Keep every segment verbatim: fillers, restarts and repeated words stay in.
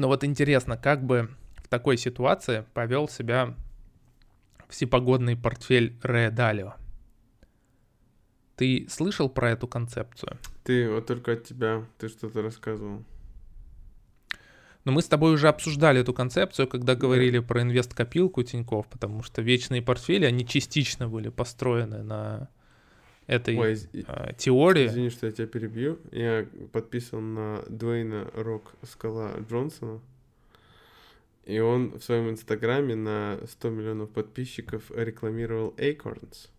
вот интересно, как бы в такой ситуации повел себя всепогодный портфель Рэя Далио? Ты слышал про эту концепцию? Ты, вот только от тебя, ты что-то рассказывал. Но мы с тобой уже обсуждали эту концепцию, когда говорили да. про инвест-копилку Тинькофф, потому что вечные портфели, они частично были построены на этой Ой, э, теории. Извини, что я тебя перебью. Я подписан на Дуэйна Рок Скала Джонсона, и он в своем инстаграме на сто миллионов подписчиков рекламировал Acorns.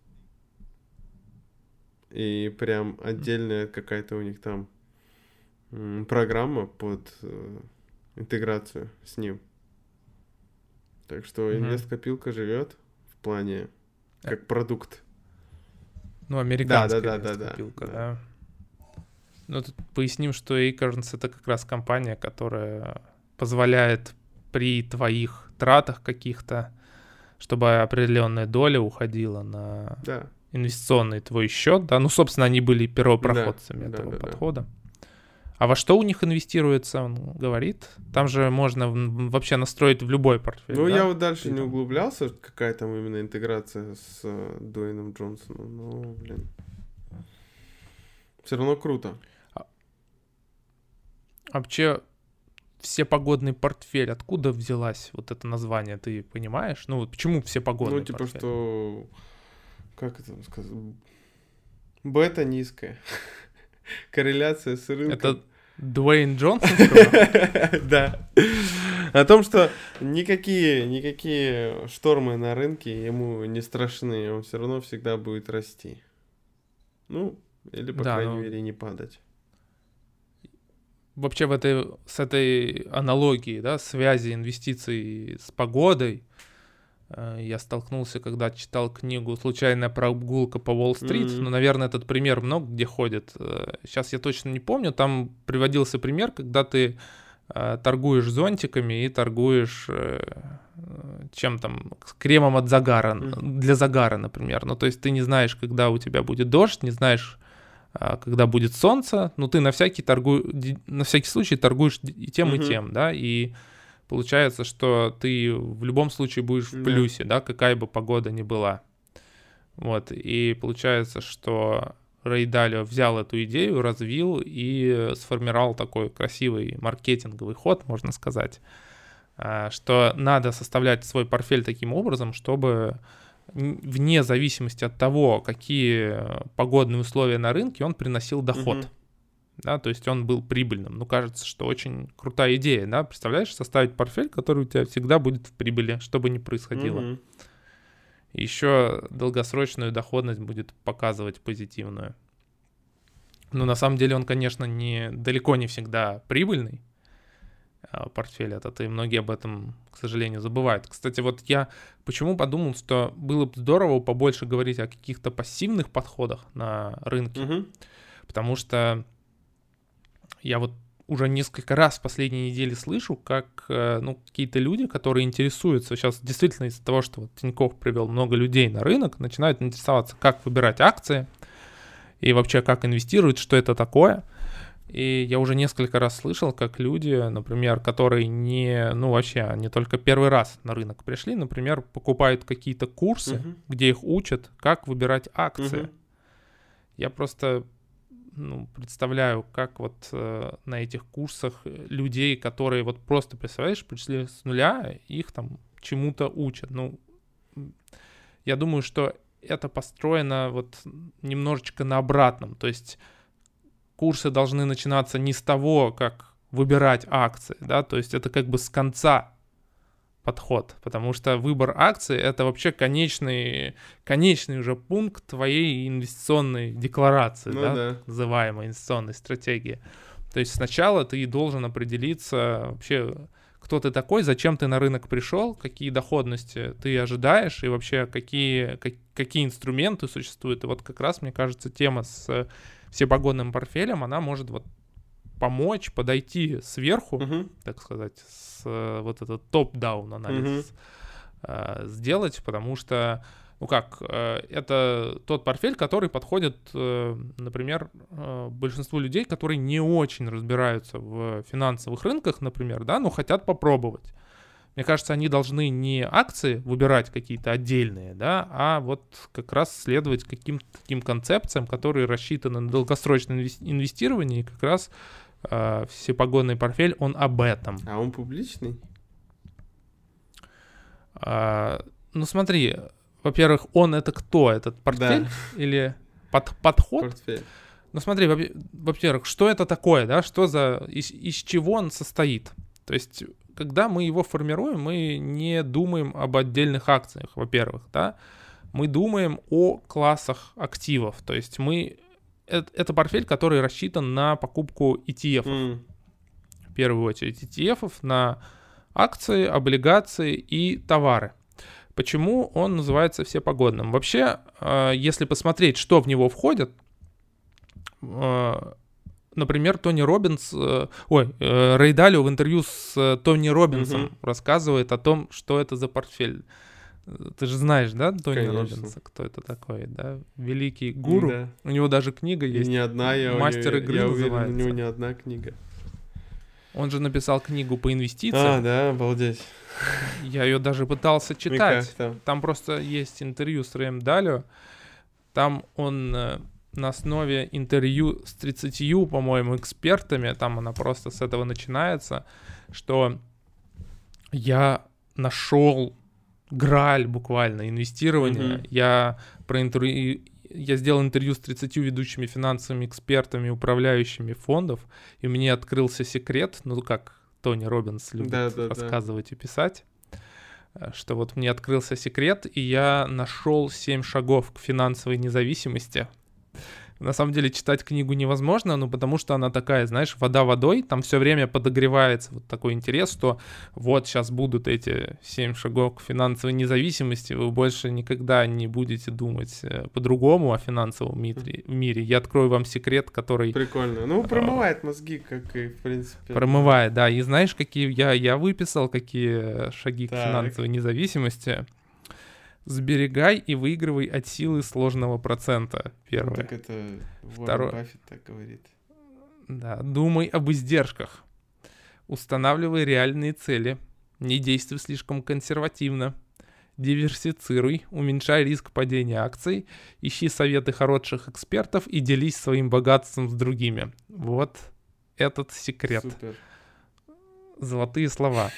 И прям отдельная какая-то у них там м, программа под э, интеграцию с ним. Так что mm-hmm. инвест-копилка живет в плане как продукт. Ну, американская да, да, инвест-копилка, да, да. да. да. Ну, тут поясним, что Acorns — это как раз компания, которая позволяет при твоих тратах каких-то, чтобы определенная доля уходила на... Да. инвестиционный твой счет, да, ну, собственно, они были первопроходцами да, этого да, да, подхода. Да. А во что у них инвестируется, он говорит? Там же можно вообще настроить в любой портфель. Ну, да? я вот дальше Ты не там... углублялся, какая там именно интеграция с Дуэйном Джонсоном, ну, блин. Все равно круто. А, а вообще, всепогодный портфель, откуда взялась вот это название, ты понимаешь? Ну, почему всепогодный Ну, типа, портфель? что... Как это сказать? Бета низкая. Корреляция с рынком. Это Дуэйн Джонсон? Да. О том, что никакие, никакие штормы на рынке ему не страшны. Он все равно всегда будет расти. Ну, или, по крайней мере, не падать. Вообще в этой, с этой аналогией, да, связи инвестиций с погодой, я столкнулся, когда читал книгу «Случайная прогулка по Уолл-стрит». Mm-hmm. Ну, наверное, этот пример много где ходит. Сейчас я точно не помню. Там приводился пример, когда ты торгуешь зонтиками и торгуешь чем там, кремом от загара, mm-hmm. для загара, например. Ну, то есть ты не знаешь, когда у тебя будет дождь, не знаешь, когда будет солнце. Ну, ты на всякий, торгу... на всякий случай торгуешь и тем, mm-hmm. и тем, да, и получается, что ты в любом случае будешь в плюсе, да, да какая бы погода ни была. Вот, и получается, что Рэй Далио взял эту идею, развил и сформировал такой красивый маркетинговый ход, можно сказать, что надо составлять свой портфель таким образом, чтобы вне зависимости от того, какие погодные условия на рынке, он приносил доход. Mm-hmm. Да, то есть он был прибыльным. Ну, кажется, что очень крутая идея, да? Представляешь, составить портфель, который у тебя всегда будет в прибыли, что бы ни происходило. Mm-hmm. Еще долгосрочную доходность будет показывать позитивную. Но на самом деле он, конечно, не, далеко не всегда прибыльный, портфель этот, и многие об этом, к сожалению, забывают. Кстати, вот я почему подумал, что было бы здорово побольше говорить о каких-то пассивных подходах на рынке, mm-hmm. потому что я вот уже несколько раз в последние недели слышу, как ну, какие-то люди, которые интересуются, сейчас действительно из-за того, что вот Тинькофф привел много людей на рынок, начинают интересоваться, как выбирать акции и вообще как инвестировать, что это такое. И я уже несколько раз слышал, как люди, например, которые не, ну вообще, не только первый раз на рынок пришли, например, покупают какие-то курсы, uh-huh. где их учат, как выбирать акции. Uh-huh. Я просто... ну, представляю, как вот э, на этих курсах людей, которые вот просто, представляешь, пришли с нуля, их там чему-то учат. Ну, я думаю, что это построено вот немножечко на обратном. То есть курсы должны начинаться не с того, как выбирать акции, да, то есть это как бы с конца подход, потому что выбор акций — это вообще конечный, конечный уже пункт твоей инвестиционной декларации, ну, да, да, называемой инвестиционной стратегии. То есть сначала ты должен определиться вообще, кто ты такой, зачем ты на рынок пришел, какие доходности ты ожидаешь и вообще какие, как, какие инструменты существуют. И вот как раз, мне кажется, тема с всепогодным портфелем, она может вот помочь подойти сверху, uh-huh. так сказать, с вот этот топ-даун анализ uh-huh. э, сделать, потому что ну как, это тот портфель, который подходит, например, большинству людей, которые не очень разбираются в финансовых рынках, например, да, но хотят попробовать. Мне кажется, они должны не акции выбирать какие-то отдельные, да, а вот как раз следовать каким-то таким концепциям, которые рассчитаны на долгосрочное инвестирование, и как раз э, всепогодный портфель, он об этом. А он публичный? А, ну смотри, во-первых, он это кто? Этот портфель? Да. Или под, подход? Портфель. Ну смотри, во-первых, что это такое, да, что за, из, из чего он состоит? То есть, когда мы его формируем, мы не думаем об отдельных акциях, во-первых, да, мы думаем о классах активов, то есть мы, это, это портфель, который рассчитан на покупку и ти эф, mm. в первую очередь и ти эф, на акции, облигации и товары. Почему он называется всепогодным? Вообще, если посмотреть, что в него входит, например, Тони Роббинс, ой, Рэй Далио в интервью с Тони Роббинсом mm-hmm. рассказывает о том, что это за портфель. Ты же знаешь, да, Тони Конечно. Роббинса, кто это такой, да? Великий гуру. Да. У него даже книга есть. И не одна, я «Мастер игры» я называется. Уверен, у него не одна книга. Он же написал книгу по инвестициям. А, да, обалдеть. Я ее даже пытался читать. Там? там просто есть интервью с Рэем Далио. Там он на основе интервью с тридцатью, по-моему, экспертами, там она просто с этого начинается, что я нашел грааль буквально инвестирования. Mm-hmm. Я про интервью, я сделал интервью с тридцатью ведущими финансовыми экспертами, управляющими фондов, и мне открылся секрет, ну как Тони Роббинс любит да, да, рассказывать да. и писать, что вот мне открылся секрет, и я нашел семь шагов к финансовой независимости. На самом деле читать книгу невозможно, ну потому что она такая, знаешь, вода водой, там все время подогревается вот такой интерес, что вот сейчас будут эти семь шагов к финансовой независимости, вы больше никогда не будете думать по-другому о финансовом мире. мире. Я открою вам секрет, который... Прикольно. Ну, промывает мозги, как и, в принципе... Промывает, да. И знаешь, какие я, я выписал, какие шаги так. к финансовой независимости? Сберегай и выигрывай от силы сложного процента. Первое. Ну, так это Второе. Уоррен Баффет так говорит. Да. Думай об издержках. Устанавливай реальные цели. Не действуй слишком консервативно. Диверсифицируй. Уменьшай риск падения акций. Ищи советы хороших экспертов и делись своим богатством с другими. Вот этот секрет. Супер. Золотые слова.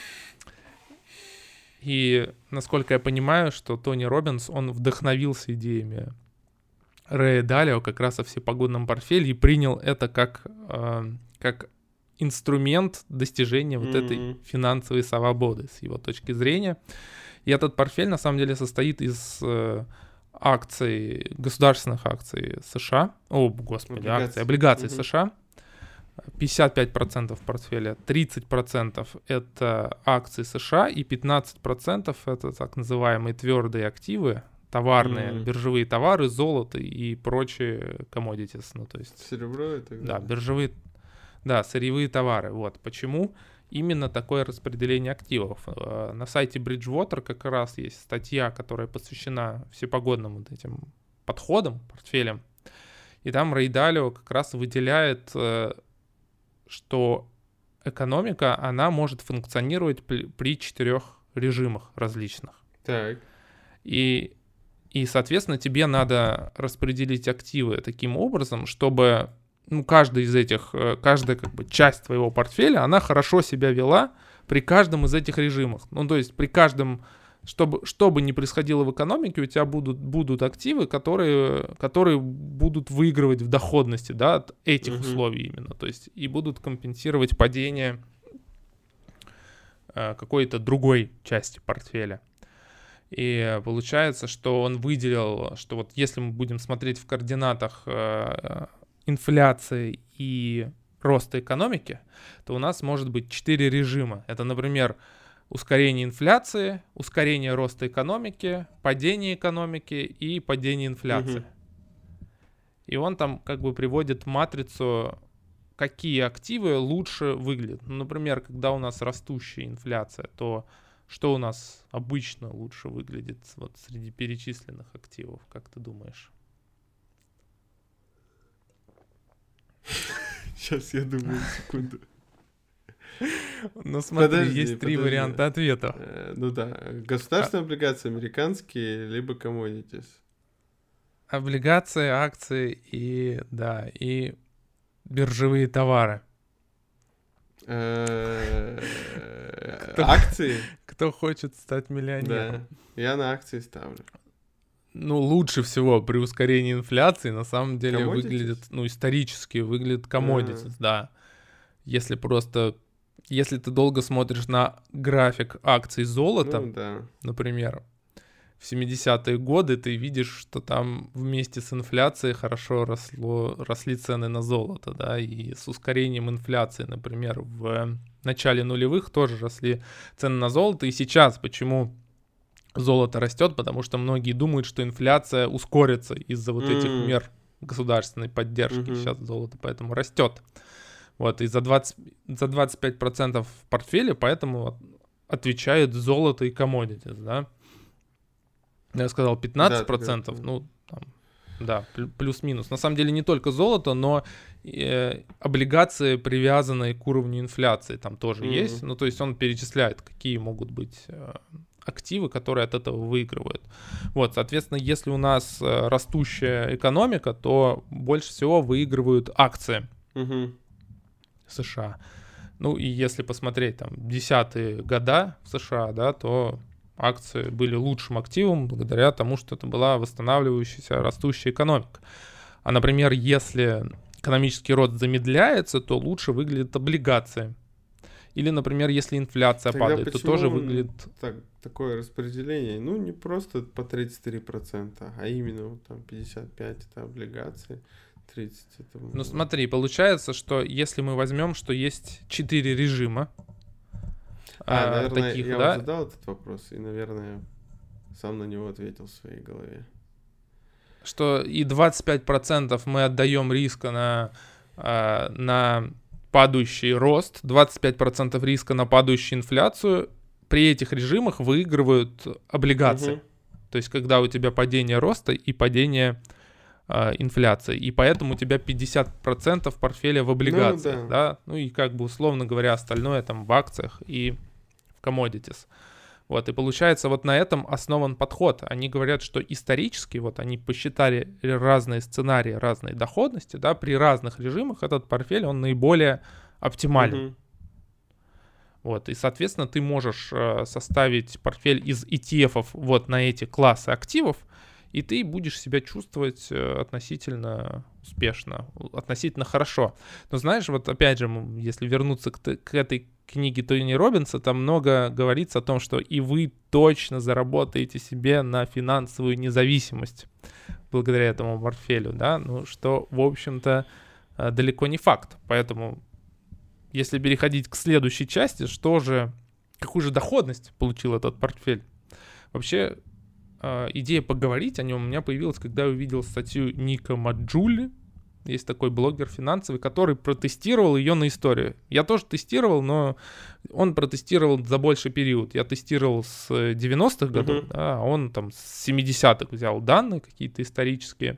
И, насколько я понимаю, что Тони Роббинс, он вдохновился идеями Рэя Далио как раз о всепогодном портфеле и принял это как, э, как инструмент достижения mm-hmm. вот этой финансовой свободы с его точки зрения. И этот портфель, на самом деле, состоит из э, акций, государственных акций США, о, господи, облигаций, акций, облигаций mm-hmm. США, пятьдесят пять процентов портфеля, тридцать процентов это акции США и пятнадцать процентов это так называемые твердые активы, товарные, mm-hmm. биржевые товары, золото и прочие commodities, ну то есть... Серебро и так далее. Да, биржевые, да, сырьевые товары. Вот почему именно такое распределение активов. На сайте Bridgewater как раз есть статья, которая посвящена всепогодным вот этим подходам, портфелям. И там Рэй Далио как раз выделяет, что экономика, она может функционировать при четырех режимах различных. Так. И, и, соответственно, тебе надо распределить активы таким образом, чтобы ну, каждая из этих, каждая как бы часть твоего портфеля, она хорошо себя вела при каждом из этих режимов. Ну, то есть при каждом, чтобы, что бы ни происходило в экономике, у тебя будут, будут активы, которые, которые будут выигрывать в доходности, да, от этих uh-huh. условий именно. То есть и будут компенсировать падение э, какой-то другой части портфеля. И получается, что он выделил, что вот если мы будем смотреть в координатах э, инфляции и роста экономики, то у нас может быть четыре режима. Это, например, ускорение инфляции, ускорение роста экономики, падение экономики и падение инфляции. Угу. И он там как бы приводит матрицу, какие активы лучше выглядят. Ну, например, когда у нас растущая инфляция, то Что у нас обычно лучше выглядит вот среди перечисленных активов, как ты думаешь? Сейчас я думаю, секунду. Ну смотри, Подожди, есть три подожди. варианта ответа. Э, Ну да, государственные облигации американские, либо commodities. Облигации, акции и, да, и биржевые товары. Э, Кто- Акции? Кто хочет стать миллионером? Да, я на акции ставлю. Ну, лучше всего при ускорении инфляции на самом деле Commodities? выглядит, ну, исторически выглядит commodities, А. да. Если просто, если ты долго смотришь на график акций золота, Ну да. например, в семидесятые годы, ты видишь, что там вместе с инфляцией хорошо росло, росли цены на золото, да, и с ускорением инфляции, например, в начале нулевых тоже росли цены на золото, и сейчас почему золото растет, потому что многие думают, что инфляция ускорится из-за вот этих М. мер государственной поддержки. Мгм. Сейчас золото поэтому растет. Вот, и за двадцать, за двадцать пять процентов в портфеле поэтому отвечает золото и commodities, да. Я сказал пятнадцать процентов, Да, ты ну, там, да, плю- плюс-минус. На самом деле не только золото, но э, облигации, привязанные к уровню инфляции, там тоже Мгм. есть. Ну, то есть он перечисляет, какие могут быть э, активы, которые от этого выигрывают. Вот, соответственно, если у нас э, растущая экономика, то больше всего выигрывают акции Мгм. США. Ну и если посмотреть там десятые года в США, да, то акции были лучшим активом благодаря тому, что это была восстанавливающаяся растущая экономика. А, например, если экономический рост замедляется, то лучше выглядят облигации. Или, например, если инфляция Тогда падает, то почему тоже он выглядит... так, такое распределение? Ну, не просто по тридцать три процента, а именно вот там пятьдесят пять это облигации, тридцать это... Ну смотри, получается, что если мы возьмем, что есть четыре режима, А, а, наверное, таких, я да, вот задал этот вопрос, и, наверное, сам на него ответил в своей голове. что и двадцать пять процентов мы отдаем риска на, а, на падающий рост, двадцать пять процентов риска на падающую инфляцию. При этих режимах выигрывают облигации. Мгм. То есть когда у тебя падение роста и падение а, инфляции. И поэтому у тебя пятьдесят процентов портфеля в облигациях. Ну, да. Да? Ну и как бы условно говоря, остальное там в акциях и в commodities. Вот, и получается, вот на этом основан подход. Они говорят, что исторически, вот они посчитали разные сценарии, разные доходности, да, при разных режимах этот портфель, он наиболее оптимален. Мгм. Вот, и, соответственно, ты можешь э, составить портфель из и ти эф вот на эти классы активов, и ты будешь себя чувствовать э, относительно успешно, относительно хорошо. Но знаешь, вот опять же, м, если вернуться к, т- к этой книге Тони Роббинса, там много говорится о том, что и вы точно заработаете себе на финансовую независимость благодаря этому портфелю, да, ну что, в общем-то, э, далеко не факт. Поэтому, если переходить к следующей части, что же, какую же доходность получил этот портфель? Вообще, э, идея поговорить о нем у меня появилась, когда я увидел статью Ника Маджули. Есть такой блогер финансовый, который протестировал ее на историю. Я тоже тестировал, но он протестировал за больший период. Я тестировал с девяностых годов, Мгм. да, а он там с семидесятых взял данные какие-то исторические.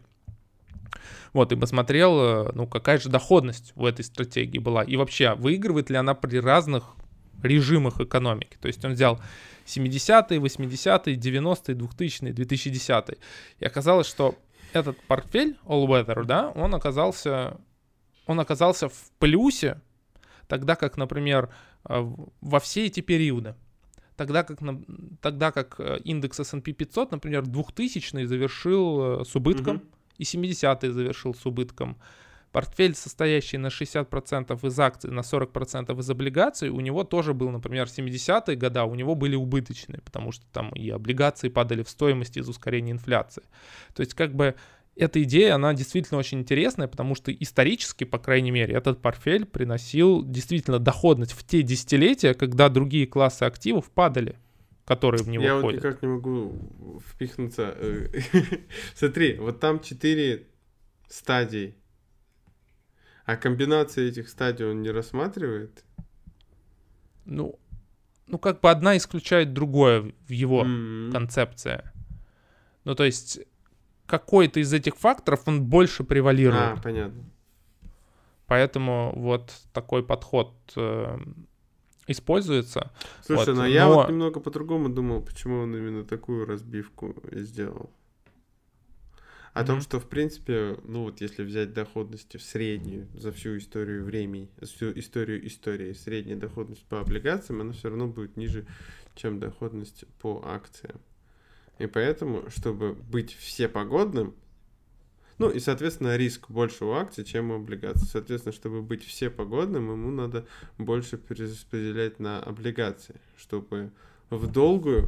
Вот, и посмотрел, э, ну, какая же доходность в этой стратегии была. И вообще, выигрывает ли она при разных режимах экономики. То есть он взял семидесятые, восьмидесятые, девяностые, двухтысячные, две тысячи десятые. И оказалось, что этот портфель All Weather, да, он оказался, он оказался в плюсе, тогда как, например, э, во все эти периоды. Тогда как, на- тогда как э, индекс эс энд пи пятьсот, например, двухтысячный завершил э, с убытком, Мгм. и семидесятый завершил с убытком. Портфель, состоящий на шестьдесят процентов из акций, на сорок процентов из облигаций, у него тоже был, например, семидесятые года, у него были убыточные, потому что там и облигации падали в стоимости из ускорения инфляции. То есть как бы эта идея, она действительно очень интересная, потому что исторически, по крайней мере, этот портфель приносил действительно доходность в те десятилетия, когда другие классы активов падали, которые в него Я вот входят. никак не могу впихнуться. э, Смотри, вот там четыре стадии. А комбинации этих стадий он не рассматривает? Ну, ну, как бы одна исключает другое в его Mm-hmm. концепции. Ну, то есть какой-то из этих факторов, он больше превалирует. А, понятно. Поэтому вот такой подход э, используется. Слушай, вот. но я Но... вот немного по-другому думал, почему он именно такую разбивку сделал. О mm-hmm. том, что, в принципе, ну вот если взять доходности в среднюю за всю историю времени, всю историю истории, средняя доходность по облигациям, она все равно будет ниже, чем доходность по акциям. И поэтому, чтобы быть всепогодным, ну и, соответственно, риск больше у акций, чем у облигаций. Соответственно, чтобы быть всепогодным, ему надо больше перераспределять на облигации, чтобы в долгую...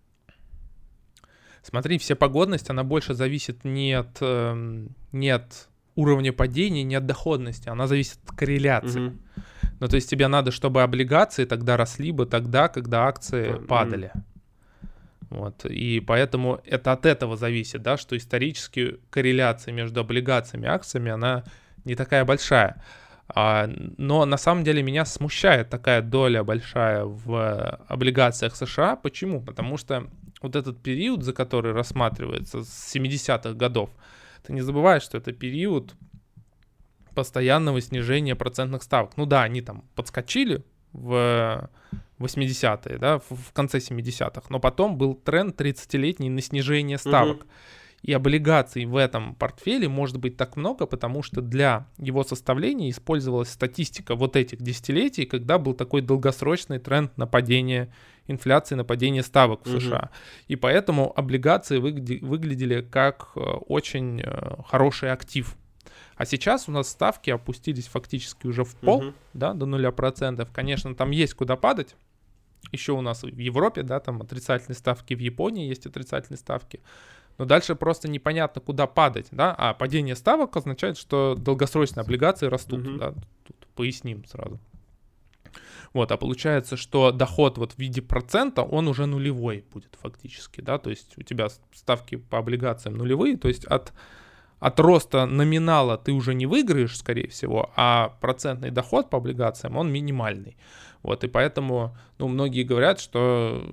Смотри, всепогодность, она больше зависит не от, э, не от уровня падения, не от доходности, она зависит от корреляции. Mm-hmm. Ну, то есть тебе надо, чтобы облигации тогда росли бы тогда, когда акции mm-hmm. падали. Вот. И поэтому это от этого зависит, да, что исторически корреляция между облигациями и акциями, она не такая большая. А, но на самом деле меня смущает такая доля большая в облигациях США. Почему? Потому что вот этот период, за который рассматривается с семидесятых годов, ты не забываешь, что это период постоянного снижения процентных ставок. Ну да, они там подскочили в восьмидесятые, да, в конце семидесятых, но потом был тренд тридцатилетний на снижение ставок. Uh-huh. И облигаций в этом портфеле может быть так много, потому что для его составления использовалась статистика вот этих десятилетий, когда был такой долгосрочный тренд на падение инфляции, на падение ставок в США. Uh-huh. И поэтому облигации выглядели как очень хороший актив. А сейчас у нас ставки опустились фактически уже в пол, uh-huh. да, до нуля процентов. Конечно, там есть куда падать. Еще у нас в Европе, да, там отрицательные ставки, в Японии есть отрицательные ставки. Но дальше просто непонятно, куда падать, да. А падение ставок означает, что долгосрочные облигации растут, uh-huh. да. Тут поясним сразу. Вот, а получается, что доход вот в виде процента, он уже нулевой будет фактически, да. То есть у тебя ставки по облигациям нулевые, то есть от... От роста номинала ты уже не выиграешь, скорее всего, а процентный доход по облигациям, он минимальный. Вот, и поэтому, ну, многие говорят, что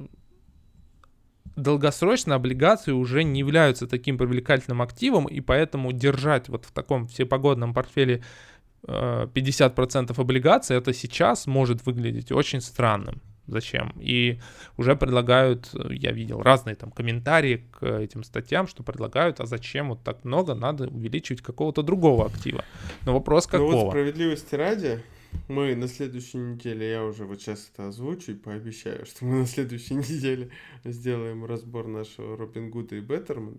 долгосрочно облигации уже не являются таким привлекательным активом, и поэтому держать вот в таком всепогодном портфеле пятьдесят процентов облигаций, это сейчас может выглядеть очень странным. Зачем? И уже предлагают, я видел разные там комментарии к этим статьям, что предлагают, а зачем вот так много, надо увеличивать какого-то другого актива. Но вопрос какого? Ну вот справедливости ради, мы на следующей неделе, я уже вот сейчас это озвучу и пообещаю, что мы на следующей неделе сделаем разбор нашего Robinhood и Betterment.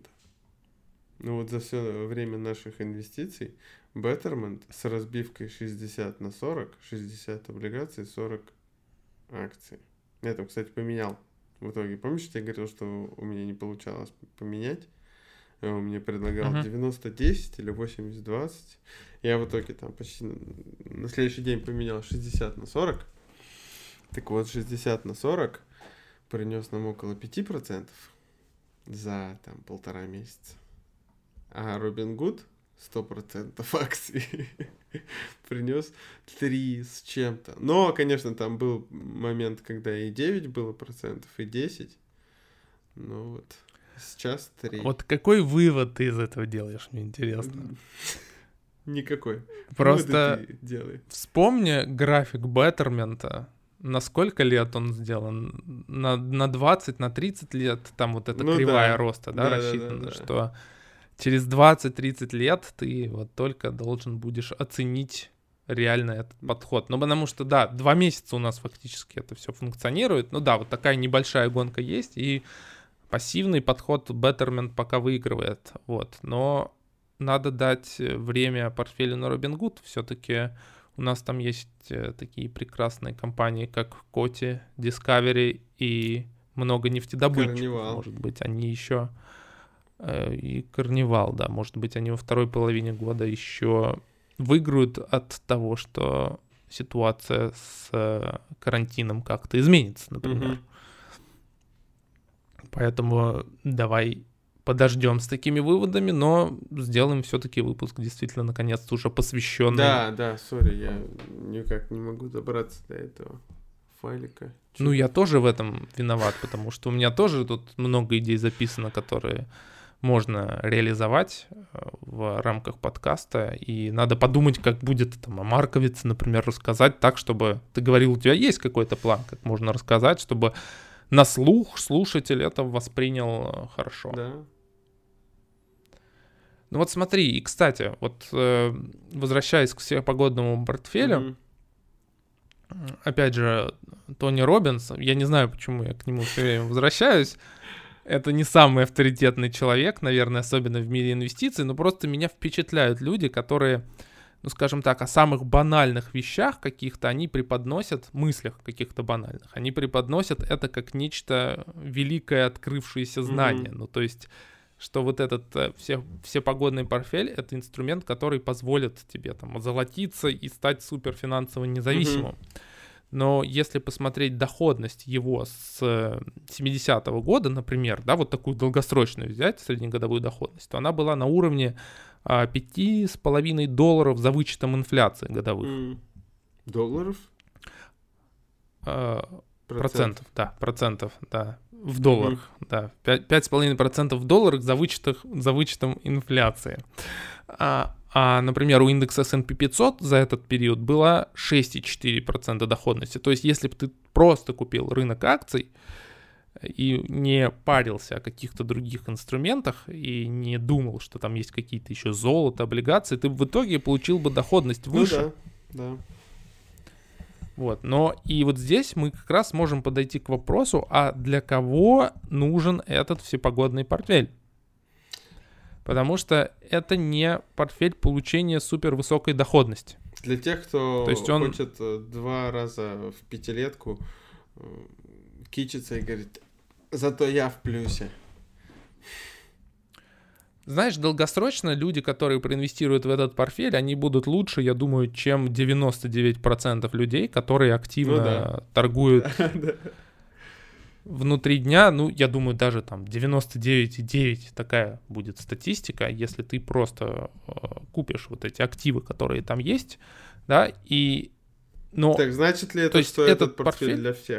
Ну вот за все время наших инвестиций Betterment с разбивкой шестьдесят на сорок, шестьдесят облигаций, сорок акции. Я там, кстати, поменял в итоге. Помнишь, я говорил, что у меня не получалось поменять? Он мне предлагал uh-huh. девяносто десять или восемьдесят двадцать. Я в итоге там почти на, на следующий день поменял шестьдесят на сорок. Так вот, шестьдесят на сорок принес нам около пять процентов за там полтора месяца. А Robinhood сто процентов акций принес три с чем-то. Но, конечно, там был момент, когда и девять было процентов, и десять. Ну вот, сейчас три. Вот какой вывод ты из этого делаешь, мне интересно. Никакой. Просто вспомни график Betterment. На сколько лет он сделан? На, на двадцать, на тридцать лет там вот эта ну кривая да. роста, да, да рассчитана, да, да, да. что через двадцать-тридцать лет ты вот только должен будешь оценить реально этот подход. Ну, потому что, да, два месяца у нас фактически это все функционирует. Ну да, вот такая небольшая гонка есть, и пассивный подход Betterment пока выигрывает. Вот, но надо дать время портфелю на Robinhood. Все-таки у нас там есть такие прекрасные компании, как Коти, Discovery и много нефтедобытчиков. Карнивал. Может быть, они еще... И Карнивал, да, может быть, они во второй половине года еще выиграют от того, что ситуация с карантином как-то изменится, например. Mm-hmm. Поэтому давай подождем с такими выводами, но сделаем все-таки выпуск действительно наконец-то уже посвященный. Да, да, сори, я никак не могу добраться до этого файлика. Ну, я тоже в этом виноват, потому что у меня тоже тут много идей записано, которые можно реализовать в рамках подкаста, и надо подумать, как будет там о Марковице, например, рассказать так, чтобы ты говорил, у тебя есть какой-то план, как можно рассказать, чтобы на слух слушатель это воспринял хорошо. Да. Ну вот смотри, и кстати, вот э, возвращаясь к всепогодному портфелю, mm-hmm. опять же, Тони Роббинс, я не знаю, почему я к нему все время возвращаюсь, это не самый авторитетный человек, наверное, особенно в мире инвестиций, но просто меня впечатляют люди, которые, ну скажем так, о самых банальных вещах каких-то они преподносят, мыслях каких-то банальных, они преподносят это как нечто великое, открывшееся знание, mm-hmm. ну то есть... что вот этот все, всепогодный портфель — это инструмент, который позволит тебе там озолотиться и стать суперфинансово независимым. Mm-hmm. Но если посмотреть доходность его с семидесятого года, например, да, вот такую долгосрочную взять, среднегодовую доходность, то она была на уровне а, пяти с половиной долларов за вычетом инфляции годовых. Mm. Долларов? А, процентов, да, процентов, да. В долларах, mm-hmm. да. пять с половиной процентов в долларах за, вычетах, за вычетом инфляции. А, а, например, у индекса эс энд пи пятьсот за этот период было шесть целых четыре десятых процента доходности. То есть, если бы ты просто купил рынок акций и не парился о каких-то других инструментах и не думал, что там есть какие-то еще золото, облигации, ты в итоге получил бы доходность выше. Ну да, да. Вот, но и вот здесь мы как раз можем подойти к вопросу, а для кого нужен этот всепогодный портфель? Потому что это не портфель получения супервысокой доходности. Для тех, кто То есть он... хочет два раза в пятилетку кичиться и говорит, зато я в плюсе. Знаешь, долгосрочно люди, которые проинвестируют в этот портфель, они будут лучше, я думаю, чем девяносто девять процентов людей, которые активно ну, да. торгуют внутри дня. Ну, я думаю, даже там девяносто девять целых девять десятых такая будет статистика, если ты просто э, купишь вот эти активы, которые там есть, да, и... Но, так, значит ли это, что этот, этот портфель, портфель для всех?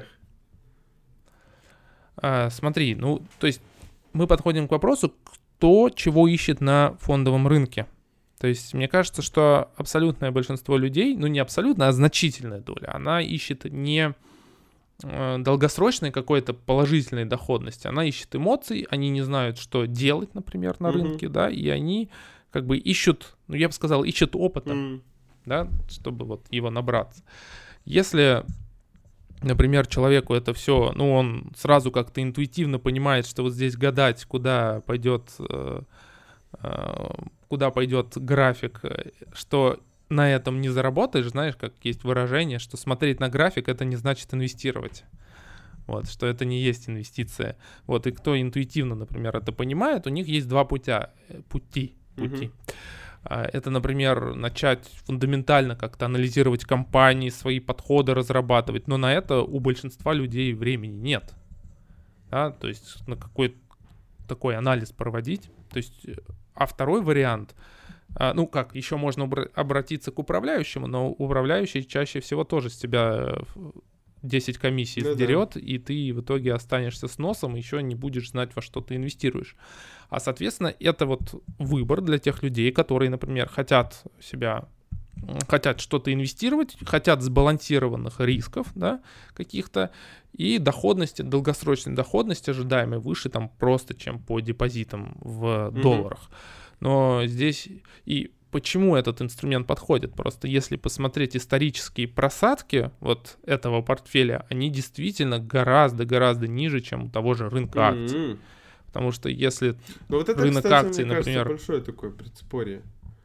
А, смотри, ну, то есть мы подходим к вопросу, то, чего ищет на фондовом рынке. То есть мне кажется, что абсолютное большинство людей, ну не абсолютно, а значительная доля, она ищет не долгосрочной какой-то положительной доходности, она ищет эмоций, они не знают, что делать, например, на mm-hmm. рынке, да, и они как бы ищут, ну я бы сказал, ищут опыта, mm-hmm. да, чтобы вот его набраться. Если... Например, человеку это все, ну, он сразу как-то интуитивно понимает, что вот здесь гадать, куда пойдет, э, э, куда пойдет график, что на этом не заработаешь, знаешь, как есть выражение, что смотреть на график — это не значит инвестировать. Вот, что это не есть инвестиция. Вот, и кто интуитивно, например, это понимает, у них есть два путя, пути, пути. Mm-hmm. Это, например, начать фундаментально как-то анализировать компании, свои подходы разрабатывать, но на это у большинства людей времени нет. Да? То есть на какой такой анализ проводить. То есть, а второй вариант, ну как, еще можно обратиться к управляющему, но управляющий чаще всего тоже с тебя десять комиссий да, сдерет, да. и ты в итоге останешься с носом, еще не будешь знать, во что ты инвестируешь. А, соответственно, это вот выбор для тех людей, которые, например, хотят себя, хотят что-то инвестировать, хотят сбалансированных рисков, да, каких-то, и доходности, долгосрочной доходности ожидаемой выше там просто, чем по депозитам в mm-hmm. долларах. Но здесь и почему этот инструмент подходит? Просто если посмотреть исторические просадки вот этого портфеля, они действительно гораздо-гораздо ниже, чем у того же рынка mm-hmm. акций. Потому что если ну, вот это, рынок кстати, акций, мне например... кажется, большое такое предспорье.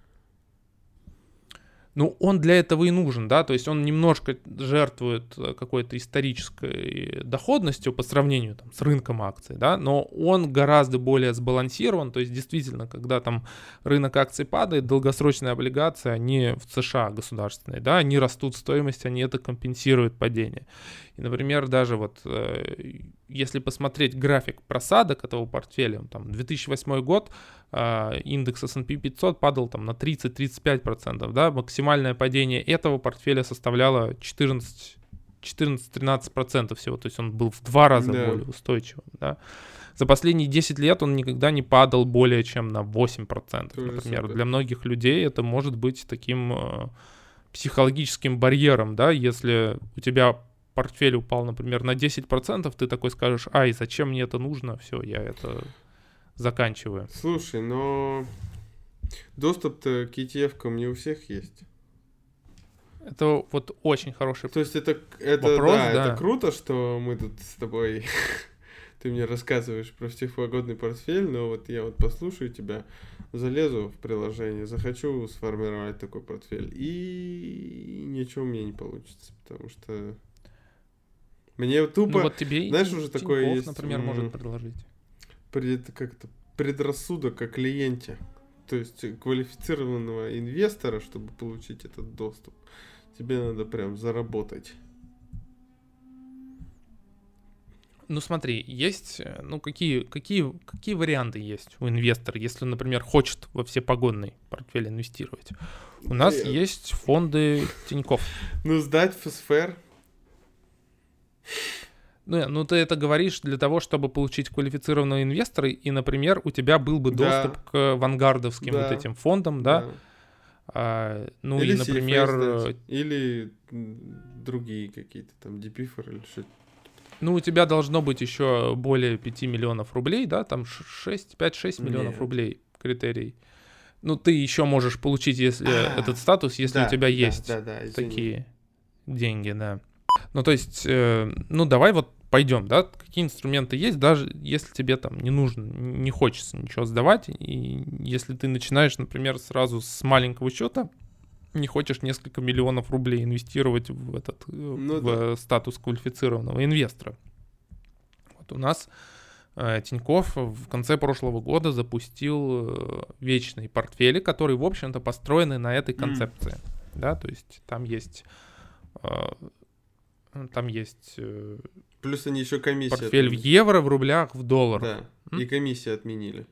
Ну, он для этого и нужен, да, то есть он немножко жертвует какой-то исторической доходностью по сравнению там, с рынком акций, да, но он гораздо более сбалансирован, то есть действительно, когда там рынок акций падает, долгосрочные облигации, они в США государственные, да, они растут в стоимости, они это компенсируют падение. И, например, даже вот э, если посмотреть график просадок этого портфеля, там две тысячи восьмой год, э, индекс эс энд пи пятьсот падал там на тридцать-тридцать пять процентов, да, максимальное падение этого портфеля составляло четырнадцать четырнадцать-тринадцать процентов всего, то есть он был в два раза да. более устойчивым, да. За последние десять лет он никогда не падал более чем на восемь процентов, Тоже например. Супер. Для многих людей это может быть таким э, психологическим барьером, да, если у тебя портфель упал, например, на десять процентов, ты такой скажешь, ай, зачем мне это нужно, все, я это заканчиваю. Слушай, но доступ-то к и ти эф-кам не у всех есть. Это вот очень хороший То есть это, это, вопрос, да, да. это круто, что мы тут с тобой, ты мне рассказываешь про всепогодный портфель, но вот я вот послушаю тебя, залезу в приложение, захочу сформировать такой портфель, и ничего у меня не получится, потому что мне тупо, ну, вот тебе знаешь, уже Тинькофф, такое есть, например, м- может предложить. Пред, как-то предрассудок о клиенте, то есть квалифицированного инвестора, чтобы получить этот доступ, тебе надо прям заработать. Ну смотри, есть, ну какие, какие, какие варианты есть у инвестора, если, например, хочет во всепогодный портфель инвестировать? У нас Нет. есть фонды Тинькофф. Ну сдать в СФР. Ну, ну, ты это говоришь для того, чтобы получить квалифицированного инвестора, и, например, у тебя был бы да. доступ к вангаардовским да. вот этим фондам, да? да. А, ну или и, например... Или другие какие-то там, Дипифор или что-то. Ну, у тебя должно быть еще более пяти миллионов рублей, да? Там шесть, пять-шесть миллионов Нет. рублей критерий. Ну, ты еще можешь получить если, а, этот статус, если да, у тебя есть да, да, да, такие деньги, да. Ну, то есть, э, ну, давай вот пойдем, да, какие инструменты есть, даже если тебе там не нужно, не хочется ничего сдавать, и если ты начинаешь, например, сразу с маленького счета, не хочешь несколько миллионов рублей инвестировать в этот ну, в да. статус квалифицированного инвестора. Вот у нас э, Тинькофф в конце прошлого года запустил э, вечные портфели, которые, в общем-то, построены на этой концепции, mm. да, то есть там есть... Э, Там есть э, Плюс они еще комиссию портфель отменили. В евро, в рублях, в долларах. Да, М? и комиссию отменили.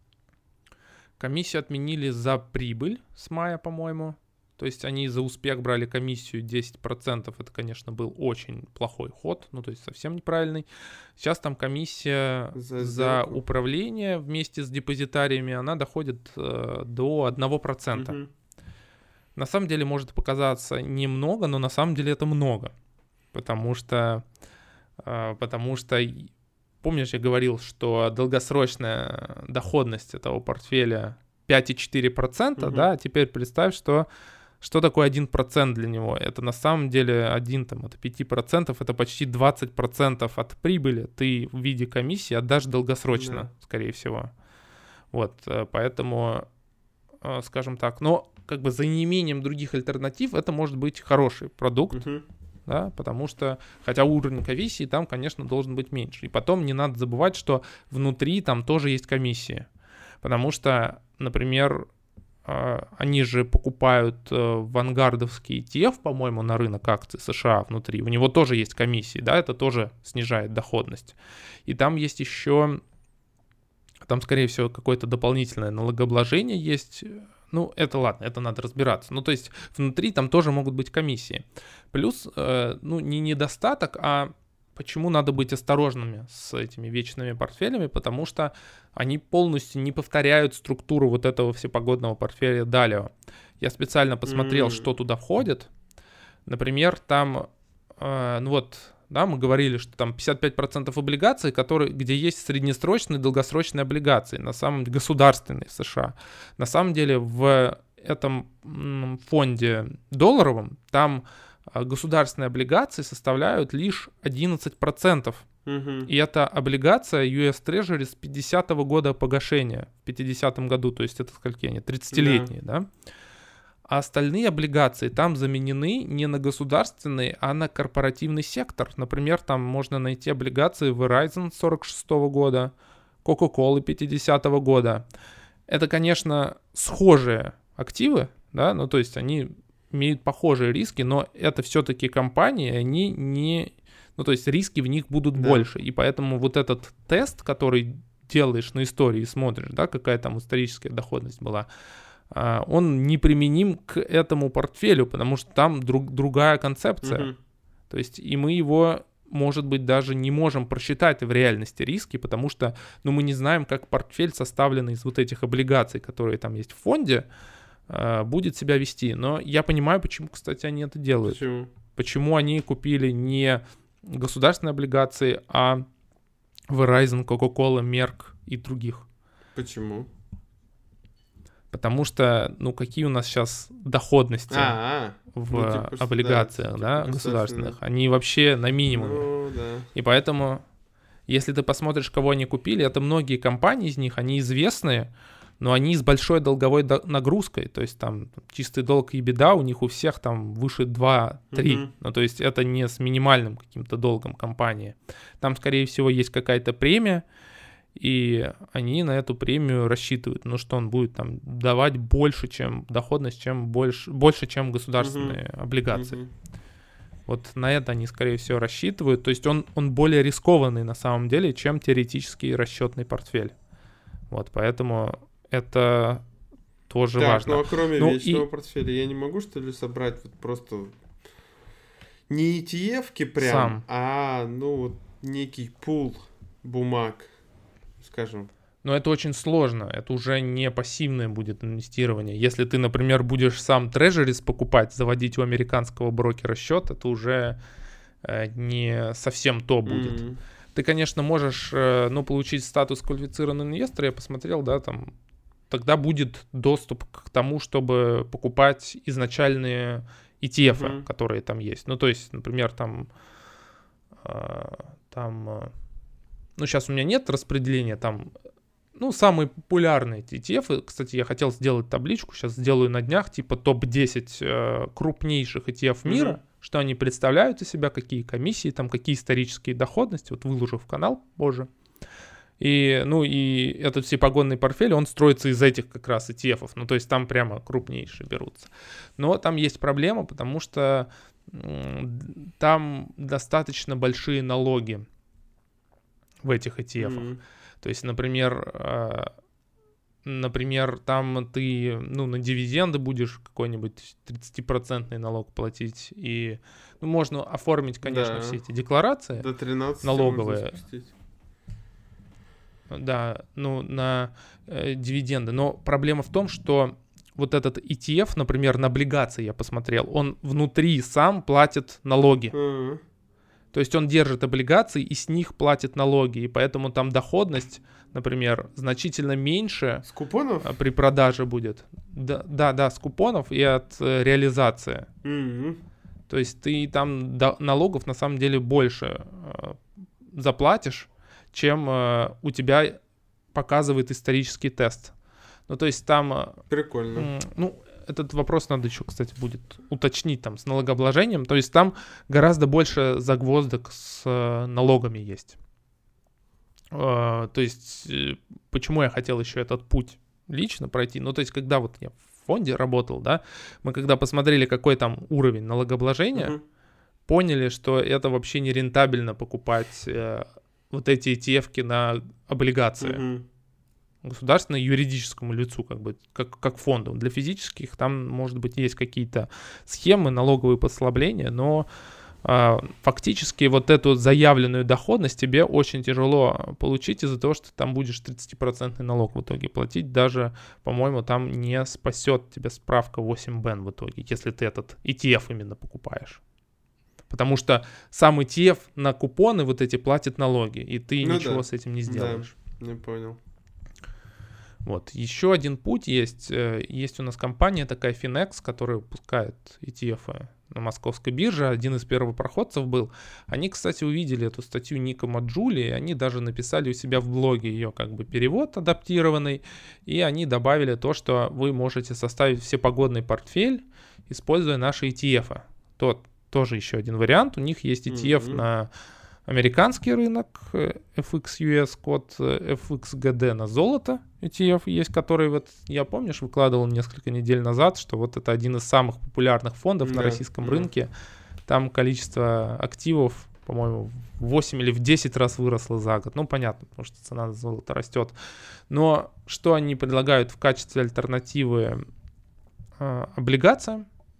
Комиссию отменили за прибыль с мая, по-моему. То есть они за успех брали комиссию десять процентов. Это, конечно, был очень плохой ход, ну то есть совсем неправильный. Сейчас там комиссия за, за управление вместе с депозитариями, она доходит э, до одного процента. Угу. На самом деле может показаться немного, но на самом деле это много. Потому что, потому что, помнишь, я говорил, что долгосрочная доходность этого портфеля пять целых четыре десятых процента, угу. да, теперь представь, что, что такое один процент для него. Это на самом деле один там, от пяти процентов, это почти двадцать процентов от прибыли ты в виде комиссии отдашь долгосрочно, да. скорее всего. Вот, поэтому, скажем так, но как бы за неимением других альтернатив это может быть хороший продукт, угу. да, потому что, хотя уровень комиссии там, конечно, должен быть меньше. И потом не надо забывать, что внутри там тоже есть комиссии, потому что, например, они же покупают вангаардовский и ти эф, по-моему, на рынок акций США внутри, у него тоже есть комиссии, да, это тоже снижает доходность. И там есть еще, там, скорее всего, какое-то дополнительное налогообложение есть. Ну, это ладно, это надо разбираться. Ну, то есть внутри там тоже могут быть комиссии. Плюс, э, ну, не недостаток, а почему надо быть осторожными с этими вечными портфелями, потому что они полностью не повторяют структуру вот этого всепогодного портфеля Далио. Я специально посмотрел, mm-hmm. что туда входит. Например, там, э, ну вот, да, мы говорили, что там пятьдесят пять процентов облигаций, которые, где есть среднесрочные и долгосрочные облигации, на самом деле государственные в США. На самом деле в этом фонде долларовом там государственные облигации составляют лишь одиннадцать процентов. Uh-huh. И это облигация ю эс Treasury с пятидесятого года погашения, в пятидесятом году, то есть это скольки они, тридцатилетние, yeah. да? А остальные облигации там заменены не на государственный, а на корпоративный сектор. Например, там можно найти облигации Verizon сорок шестого года, Coca-Cola пятидесятого года. Это, конечно, схожие активы, да, ну то есть они имеют похожие риски, но это все-таки компании, они не... Ну то есть риски в них будут да. больше. И поэтому вот этот тест, который делаешь на истории и смотришь, да, какая там историческая доходность была, он неприменим к этому портфелю, потому что там друг, другая концепция. Uh-huh. То есть и мы его, может быть, даже не можем просчитать в реальности риски, потому что ну, мы не знаем, как портфель, составленный из вот этих облигаций, которые там есть в фонде, будет себя вести. Но я понимаю, почему, кстати, они это делают. Почему? Почему они купили не государственные облигации, а Verizon, Coca-Cola, Merck и других. Почему? Потому что, ну, какие у нас сейчас доходности А-а. в ну, типа, облигациях, да, типа государственных? Они вообще на минимуме. Ну, да. И поэтому, если ты посмотришь, кого они купили, это многие компании из них, они известные, но они с большой долговой нагрузкой, то есть там чистый долг и беда у них у всех там выше два-три, mm-hmm. ну то есть это не с минимальным каким-то долгом компании. Там, скорее всего, есть какая-то премия, и они на эту премию рассчитывают, ну что он будет там давать больше, чем доходность, чем больше, больше чем государственные mm-hmm. облигации. Mm-hmm. Вот на это они, скорее всего, рассчитывают, то есть он, он более рискованный на самом деле, чем теоретический расчетный портфель. Вот, поэтому... Это тоже так, важно. Ну а кроме ну, вечного и... портфеля, я не могу, что ли, собрать вот просто не и ти эф-ки прям, Сам. а ну вот некий пул бумаг, скажем. Но это очень сложно. Это уже не пассивное будет инвестирование. Если ты, например, будешь сам трежерис покупать, заводить у американского брокера счет, это уже э, не совсем то будет. Mm-hmm. Ты, конечно, можешь, ну, получить статус квалифицированного инвестора, я посмотрел, да, там, тогда будет доступ к тому, чтобы покупать изначальные и ти эф, mm-hmm. которые там есть. Ну, то есть, например, там, там, ну, сейчас у меня нет распределения, там, ну, самые популярные и ти эф, кстати, я хотел сделать табличку, сейчас сделаю на днях, типа топ десять крупнейших и ти эф мира, mm-hmm. что они представляют из себя, какие комиссии, там, какие исторические доходности, вот выложу в канал позже. И, ну, и этот всепогонный портфель, он строится из этих как раз и ти эф-ов, ну, то есть там прямо крупнейшие берутся. Но там есть проблема, потому что м- там достаточно большие налоги в этих и ти эф-ах. Mm-hmm. То есть, например, э- Например, там ты, ну, на дивиденды будешь какой-нибудь тридцатипроцентный налог платить, и, ну, можно оформить, конечно, да. все эти декларации до тринадцати налоговые. Да, ну, на э, дивиденды. Но проблема в том, что вот этот и ти эф, например, на облигации я посмотрел, он внутри сам платит налоги. Mm-hmm. То есть он держит облигации и с них платит налоги, и поэтому там доходность, например, значительно меньше. С купонов? При продаже будет. Да, да, да, с купонов и от э, реализации. Mm-hmm. То есть ты там до, налогов на самом деле больше э, заплатишь, чем э, у тебя показывает исторический тест. Ну, то есть там... Прикольно. Э, ну, этот вопрос надо еще, кстати, будет уточнить там с налогообложением. То есть там гораздо больше загвоздок с э, налогами есть. Э, то есть э, почему я хотел еще этот путь лично пройти? Ну, то есть когда вот я в фонде работал, да, мы когда посмотрели, какой там уровень налогообложения, uh-huh. поняли, что это вообще не рентабельно покупать э, вот эти и ти эф-ки на облигации. Uh-huh. Государственному юридическому лицу, как бы, как, как фонду. Для физических там, может быть, есть какие-то схемы, налоговые послабления, но э, фактически вот эту заявленную доходность тебе очень тяжело получить из-за того, что там будешь тридцатипроцентный налог в итоге платить. Даже, по-моему, там не спасет тебе справка восемь бен в итоге, если ты этот и ти эф именно покупаешь. Потому что сам и ти эф на купоны вот эти платит налоги, и ты ну ничего да. с этим не сделаешь. Да, не понял. Вот. Еще один путь есть. Есть у нас компания такая Finex, которая выпускает и ти эф на московской бирже. Один из первопроходцев был. Они, кстати, увидели эту статью Ника Маджули, и они даже написали у себя в блоге ее как бы перевод адаптированный, и они добавили то, что вы можете составить всепогодный портфель, используя наши и ти эф. Тот тоже еще один вариант. У них есть и ти эф mm-hmm. на американский рынок, эф икс ю эс код, эф икс джи ди на золото и ти эф есть, который, вот я, помнишь, выкладывал несколько недель назад, что вот это один из самых популярных фондов yeah. на российском yeah. рынке. Там количество активов, по-моему, в восемь или в десять раз выросло за год. Ну, понятно, потому что цена на золото растет. Но что они предлагают в качестве альтернативы э, облигациям?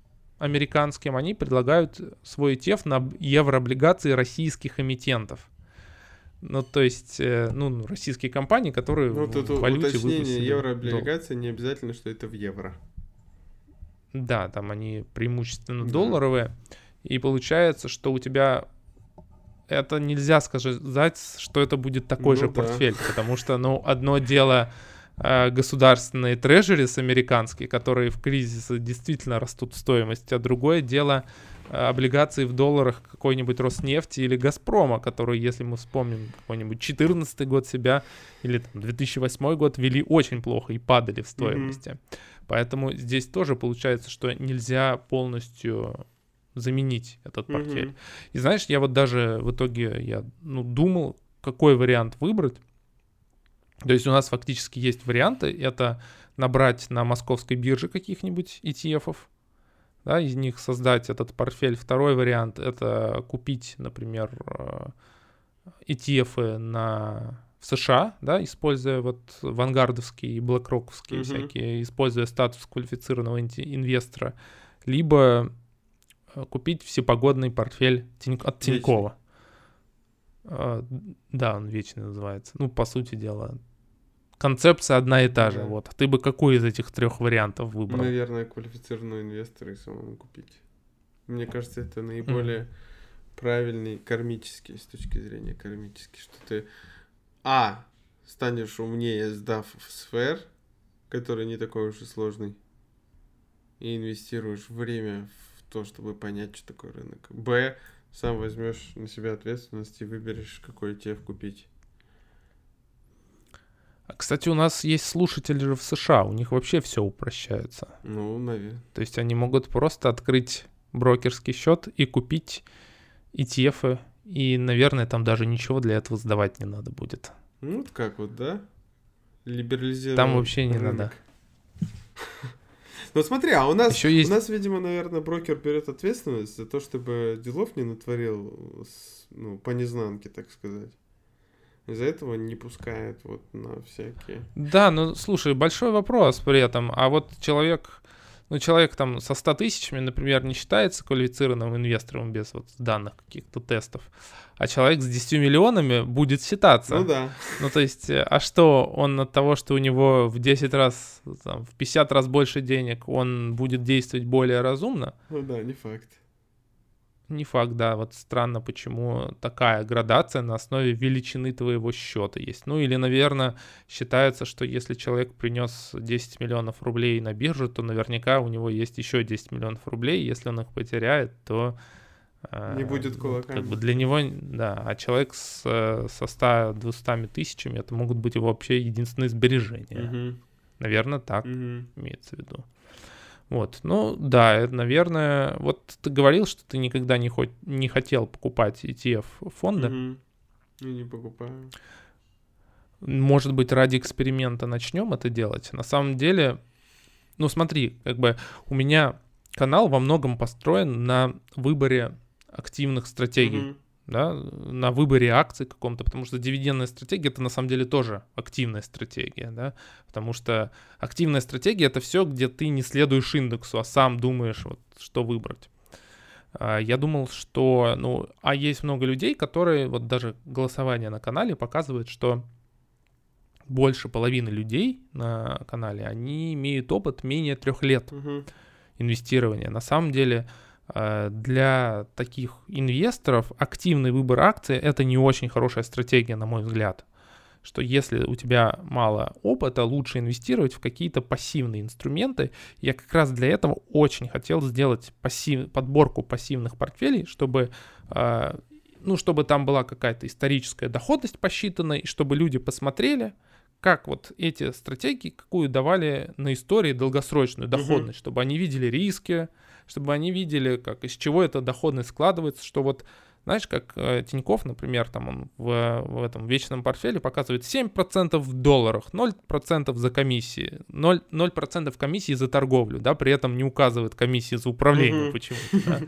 американским, они предлагают свой и ти эф на еврооблигации российских эмитентов. Ну, то есть, ну, российские компании, которые ну, в валюте уточнение, выпустили еврооблигации не обязательно, что это в евро. Да, там они преимущественно да. долларовые. И получается, что у тебя... Это нельзя сказать, что это будет такой ну, же да. портфель, потому что, ну, одно дело э, государственные трежерис американские, которые в кризисы действительно растут в стоимости, а другое дело э, облигации в долларах какой-нибудь Роснефти или Газпрома, которые, если мы вспомним какой-нибудь четырнадцатый год себя или там, две тысячи восьмой год, вели очень плохо и падали в стоимости. Mm-hmm. Поэтому здесь тоже получается, что нельзя полностью... заменить этот портфель. Mm-hmm. И знаешь, я вот даже в итоге я ну, думал, какой вариант выбрать. То есть у нас фактически есть варианты. Это набрать на московской бирже каких-нибудь и ти эф-ов, да, из них создать этот портфель. Второй вариант — это купить, например, и ти эф-ы на... в США, да, используя вот вангардовские и блэкроковские mm-hmm. всякие, используя статус квалифицированного инвестора, либо купить всепогодный портфель от Тинькова. А, да, он вечный называется. Ну, по сути дела, концепция одна и та же. Да. Вот. Ты бы какой из этих трех вариантов выбрал? Наверное, квалифицированного инвестора и самому купить. Мне кажется, это наиболее mm-hmm. правильный кармический, с точки зрения кармический, что ты, а, станешь умнее, сдав в сфер, который не такой уж и сложный, и инвестируешь время в то, чтобы понять, что такое рынок. Б, сам возьмешь на себя ответственность и выберешь, какой и ти эф купить. Кстати, у нас есть слушатели же в США, у них вообще все упрощается. Ну, наверное. То есть они могут просто открыть брокерский счет и купить и ти эф-ы, и, наверное, там даже ничего для этого сдавать не надо будет. Ну, вот как вот, да? Либерализировать. Там вообще не рынок. Надо. Ну смотри, а у нас, есть... у нас, видимо, наверное, брокер берет ответственность за то, чтобы делов не натворил, ну, по незнанке, так сказать. Из-за этого не пускает вот на всякие... Да, ну, слушай, большой вопрос при этом. А вот человек, ну, человек там со ста тысячами, например, не считается квалифицированным инвестором без вот данных каких-то тестов. А человек с десятью миллионами будет считаться. Ну да. Ну то есть, а что, он от того, что у него в десять раз, там, в пятьдесят раз больше денег, он будет действовать более разумно? Ну да, не факт. Не факт, да. Вот странно, почему такая градация на основе величины твоего счета есть. Ну или, наверное, считается, что если человек принес десять миллионов рублей на биржу, то наверняка у него есть еще десять миллионов рублей. Если он их потеряет, то... Не будет кулаками. Как бы для него, да, а человек с, со ста-двумястами тысячами, это могут быть его вообще единственные сбережения. Угу. Наверное, так угу. имеется в виду. Вот, ну да, это, наверное, вот ты говорил, что ты никогда не, хоть, не хотел покупать и ти эф-фонды. Угу. Я не покупаю. Может быть, ради эксперимента начнем это делать? На самом деле, ну смотри, как бы у меня канал во многом построен на выборе активных стратегий, mm-hmm. да, на выборе акций каком-то, потому что дивидендная стратегия — это на самом деле тоже активная стратегия, да, потому что активная стратегия — это все, где ты не следуешь индексу, а сам думаешь, вот, что выбрать. Я думал, что, ну, а есть много людей, которые, вот даже голосование на канале показывает, что больше половины людей на канале, они имеют опыт менее трех лет mm-hmm. инвестирования. На самом деле, для таких инвесторов активный выбор акций — это не очень хорошая стратегия, на мой взгляд. Что если у тебя мало опыта, лучше инвестировать в какие-то пассивные инструменты. Я как раз для этого очень хотел сделать пассив... подборку пассивных портфелей, чтобы, ну, чтобы там была какая-то историческая доходность посчитана, и чтобы люди посмотрели, как вот эти стратегии, какую давали на истории долгосрочную доходность, mm-hmm. чтобы они видели риски, чтобы они видели, как, из чего эта доходность складывается, что вот, знаешь, как э, Тинькофф, например, там он в, в этом вечном портфеле показывает семь процентов в долларах, ноль процентов за комиссии, ноль, ноль процентов комиссии за торговлю, да, при этом не указывает комиссии за управление mm-hmm. почему-то, да.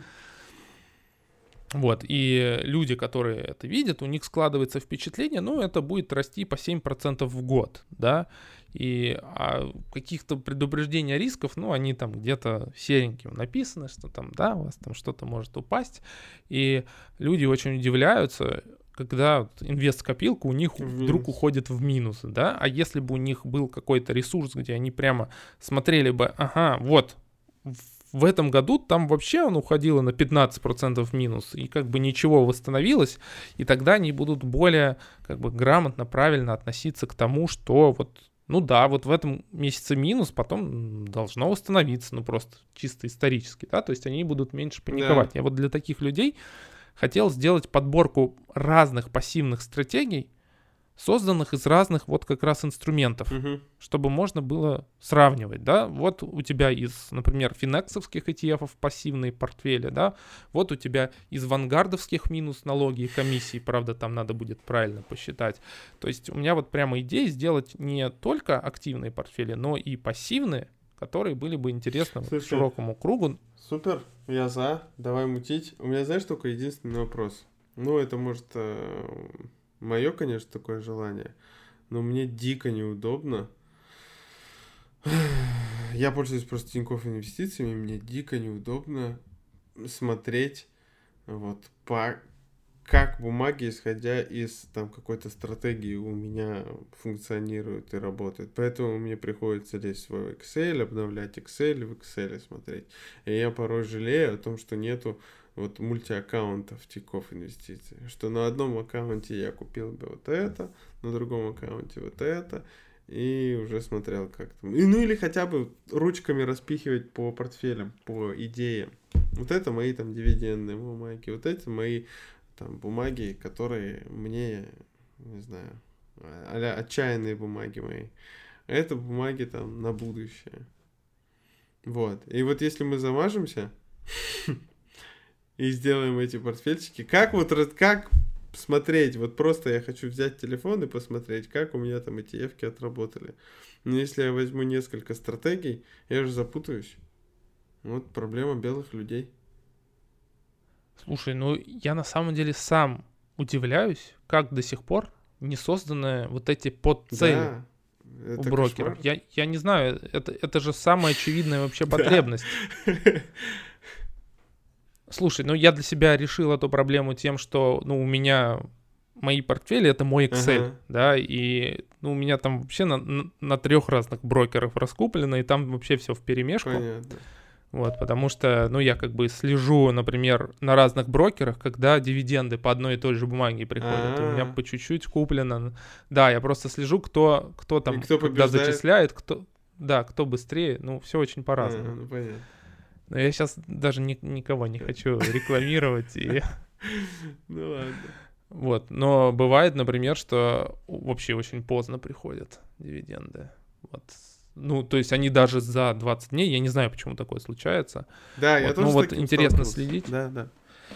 Вот, и люди, которые это видят, у них складывается впечатление, ну, это будет расти по семь процентов в год, да, И а каких-то предупреждений рисков, ну, они там где-то сереньким написаны, что там, да, у вас там что-то может упасть. И люди очень удивляются, когда инвест-копилка у них в вдруг минус. Уходит в минусы, да, а если бы у них был какой-то ресурс, где они прямо смотрели бы, ага, вот, в этом году там вообще он уходило на пятнадцать процентов в минус, и как бы ничего восстановилось, и тогда они будут более как бы грамотно, правильно относиться к тому, что вот, ну да, вот в этом месяце минус, потом должно восстановиться, ну просто чисто исторически, да, то есть они будут меньше паниковать. Да. Я вот для таких людей хотел сделать подборку разных пассивных стратегий, созданных из разных вот как раз инструментов, угу. чтобы можно было сравнивать, да, вот у тебя из, например, финексовских и ти эф-ов пассивные портфели, да, вот у тебя из вангардовских минус налоги и комиссии, правда, там надо будет правильно посчитать, то есть у меня вот прямо идея сделать не только активные портфели, но и пассивные, которые были бы интересны Слушай, широкому кругу. Супер, я за, давай мутить. У меня, знаешь, только единственный вопрос. Ну, это может э, мое, конечно, такое желание, но мне дико неудобно. Я пользуюсь просто Тинькофф инвестициями, мне дико неудобно смотреть вот по как бумаги, исходя из там какой-то стратегии, у меня функционируют и работают. Поэтому мне приходится лезть в свой Excel, обновлять Excel, в Excel смотреть. И я порой жалею о том, что нету вот мультиаккаунтов Тинькофф инвестиций. Что на одном аккаунте я купил бы вот это, на другом аккаунте вот это, и уже смотрел как там. И, ну или хотя бы ручками распихивать по портфелям, по идеям. Вот это мои там дивидендные бумаги, вот это мои там бумаги, которые мне, не знаю, а-ля отчаянные бумаги мои. Это бумаги там на будущее. Вот. И вот если мы замажемся и сделаем эти портфельчики, как вот, как смотреть, вот просто я хочу взять телефон и посмотреть, как у меня там и ти эф-ки отработали. Но если я возьму несколько стратегий, я же запутаюсь. Вот проблема белых людей. Слушай, ну я на самом деле сам удивляюсь, как до сих пор не созданы вот эти подцели да, у брокеров. Я, я не знаю, это, это же самая очевидная вообще потребность. Слушай, ну я для себя решил эту проблему тем, что ну, у меня мои портфели — это мой Excel, uh-huh. да, и ну, у меня там вообще на, на, на трех разных брокеров раскуплено, и там вообще все вперемешку. Понятно. Вот, потому что, ну, я как бы слежу, например, на разных брокерах, когда дивиденды по одной и той же бумаге приходят. А-а-а. У меня по чуть-чуть куплено. Да, я просто слежу, кто, кто там, кто когда зачисляет, кто, да, кто быстрее. Ну, все очень по-разному. А-а, ну, понятно. Но я сейчас даже ни, никого не хочу рекламировать. и... Ну, ладно. Вот, но бывает, например, что вообще очень поздно приходят дивиденды. Вот. Ну, то есть они даже за двадцать дней, я не знаю, почему такое случается. Да, вот, я тоже ну, вот интересно следить. Да, да.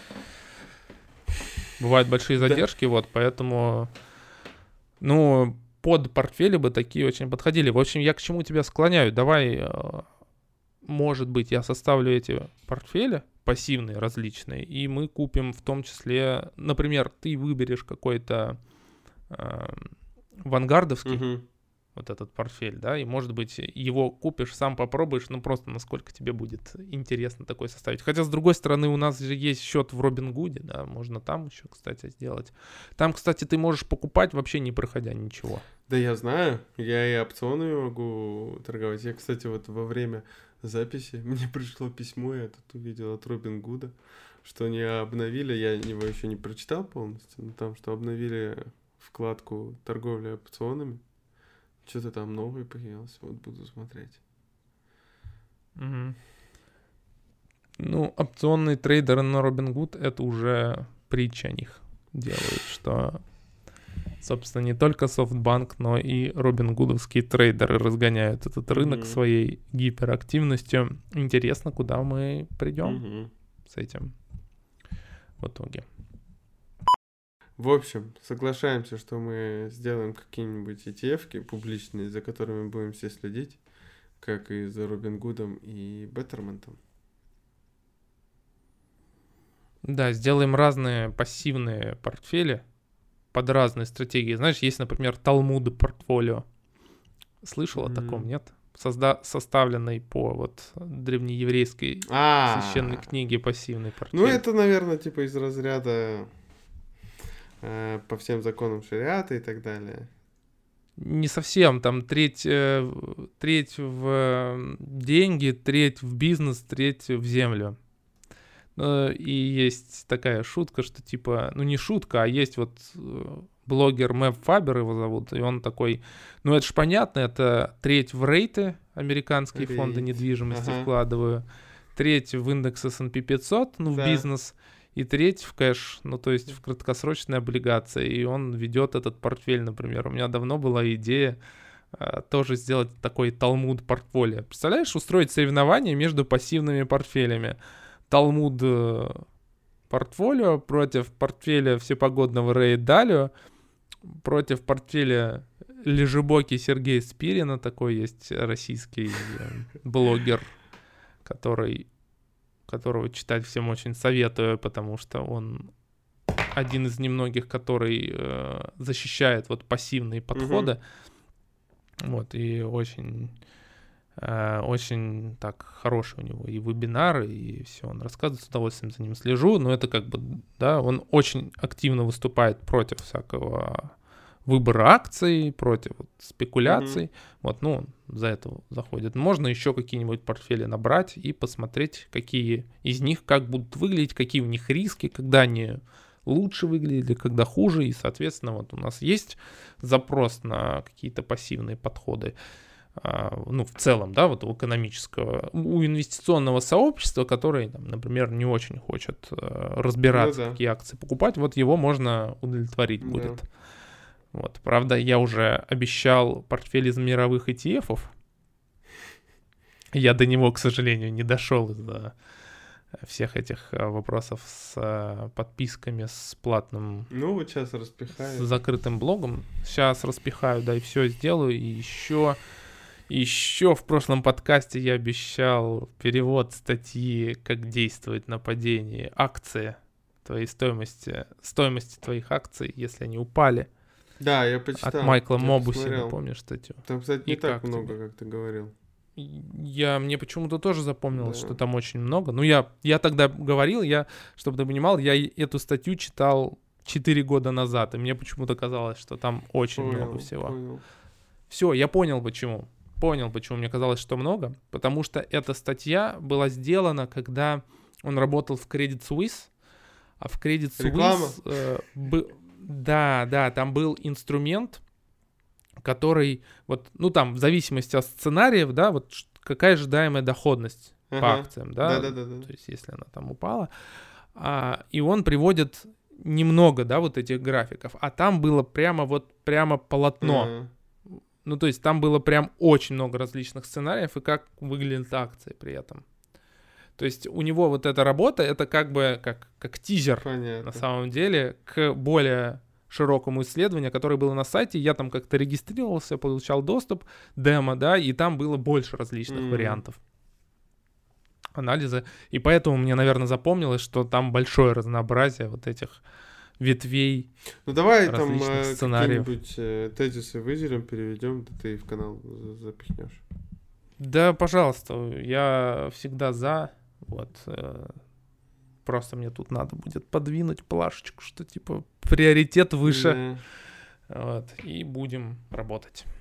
Бывают большие задержки, да. Вот, поэтому, ну, под портфели бы такие очень подходили. В общем, я к чему тебя склоняю? Давай, может быть, я составлю эти портфели пассивные, различные, и мы купим в том числе, например, ты выберешь какой-то э, вангардовский, угу. вот этот портфель, да, и, может быть, его купишь, сам попробуешь, ну, просто насколько тебе будет интересно такой составить. Хотя, с другой стороны, у нас же есть счет в Робингуде, да, можно там еще, кстати, сделать. Там, кстати, ты можешь покупать, вообще не проходя ничего. Да, я знаю, я и опционами могу торговать. Я, кстати, вот во время записи мне пришло письмо, я тут увидел от Робингуда, что они обновили, я его еще не прочитал полностью, но там, что обновили вкладку торговля опционами. Что-то там новое появилось, вот буду смотреть. Угу. Ну, опционные трейдеры на Robinhood — это уже притча о них делают, что, собственно, не только SoftBank, но и робингудовские трейдеры разгоняют этот рынок угу. своей гиперактивностью. Интересно, куда мы придем угу. с этим в итоге. В общем, соглашаемся, что мы сделаем какие-нибудь и ти эф-ки публичные, за которыми будем все следить, как и за Робингудом и Беттерментом. Да, сделаем разные пассивные портфели под разные стратегии. Знаешь, есть, например, Талмуд портфолио. Слышал Мгм. о таком, нет? Созда- составленной по вот древнееврейской А, священной книге пассивный портфель. ну это, наверное, типа из разряда э, по всем законам шариата и так далее. Не совсем, там треть, э, в- треть в э, деньги, треть в бизнес, треть в землю. Э, И есть такая шутка, что типа, ну не шутка, а есть вот э, блогер Мэв Фабер его зовут, и он такой, ну это ж понятно, это треть в рейты, американские фонды Рейт. недвижимости Ага. вкладываю, треть в индекс эс энд пи пятьсот, ну в Да. бизнес, и треть в кэш, ну то есть в краткосрочные облигации, и он ведет этот портфель, например. У меня давно была идея э, тоже сделать такой талмуд портфолио. Представляешь, устроить соревнования между пассивными портфелями. Талмуд э, портфолио против портфеля всепогодного Рэя Далио, против портфеля Лежебоки Сергея Спирина, такой есть российский э, блогер, который, которого читать всем очень советую, потому что он один из немногих, который э, защищает вот пассивные подходы. Вот, и очень, э, очень так хороший у него и вебинары, и все, он рассказывает, с удовольствием за ним слежу, но это как бы, да, он очень активно выступает против всякого выбора акций, против вот, спекуляций, Мгм. вот, ну, он за это заходит. Можно еще какие-нибудь портфели набрать и посмотреть, какие из них как будут выглядеть, какие у них риски, когда они лучше выглядели, когда хуже, и, соответственно, вот у нас есть запрос на какие-то пассивные подходы, а, ну, в целом, да, вот у экономического, у инвестиционного сообщества, которое, там, например, не очень хочет а, разбираться, Ну да. какие акции покупать, вот его можно удовлетворить Да. будет. Вот, правда, я уже обещал портфель из мировых и ти эф-ов. Я до него, к сожалению, не дошел из-за всех этих а, вопросов с а, подписками, с платным, Ну вот сейчас с распихаю. закрытым блогом. Сейчас распихаю, да, и все сделаю. И еще, еще в прошлом подкасте я обещал перевод статьи «Как действовать на падении акции», твоей стоимости, стоимости твоих акций, если они упали. Да, я почитал. От Майкла я Мобусина, посмотрел. помнишь статью? Там, кстати, не И так как много, тебе? как ты говорил. Я, мне почему-то тоже запомнилось, Да. что там очень много. Ну, я, я тогда говорил, я, чтобы ты понимал, я и эту статью читал четыре года назад, и мне почему-то казалось, что там очень Понял, много всего. понял. Все, я понял почему. Понял, почему мне казалось, что много. Потому что эта статья была сделана, когда он работал в Credit Suisse, а в Credit Реклама? Suisse... э, бы- да, да, там был инструмент, который, вот, ну там, в зависимости от сценариев, да, вот ш- какая ожидаемая доходность по Ага. акциям, да, Да-да-да. то есть если она там упала, а, и он приводит немного, да, вот этих графиков, а там было прямо вот, прямо полотно, Ага. ну то есть там было прям очень много различных сценариев и как выглядят акции при этом. То есть у него вот эта работа, это как бы как, как тизер, Понятно. на самом деле, к более широкому исследованию, которое было на сайте. Я там как-то регистрировался, получал доступ, демо, да, и там было больше различных Мгм. вариантов анализа. И поэтому мне, наверное, запомнилось, что там большое разнообразие вот этих ветвей. Ну давай там различных э, сценариев. какие-нибудь э, тезисы выделим, переведем, да ты в канал за- запихнешь. Да, пожалуйста, я всегда за. Вот. э, Просто мне тут надо будет подвинуть плашечку, что типа приоритет выше. Да. Вот. И будем работать.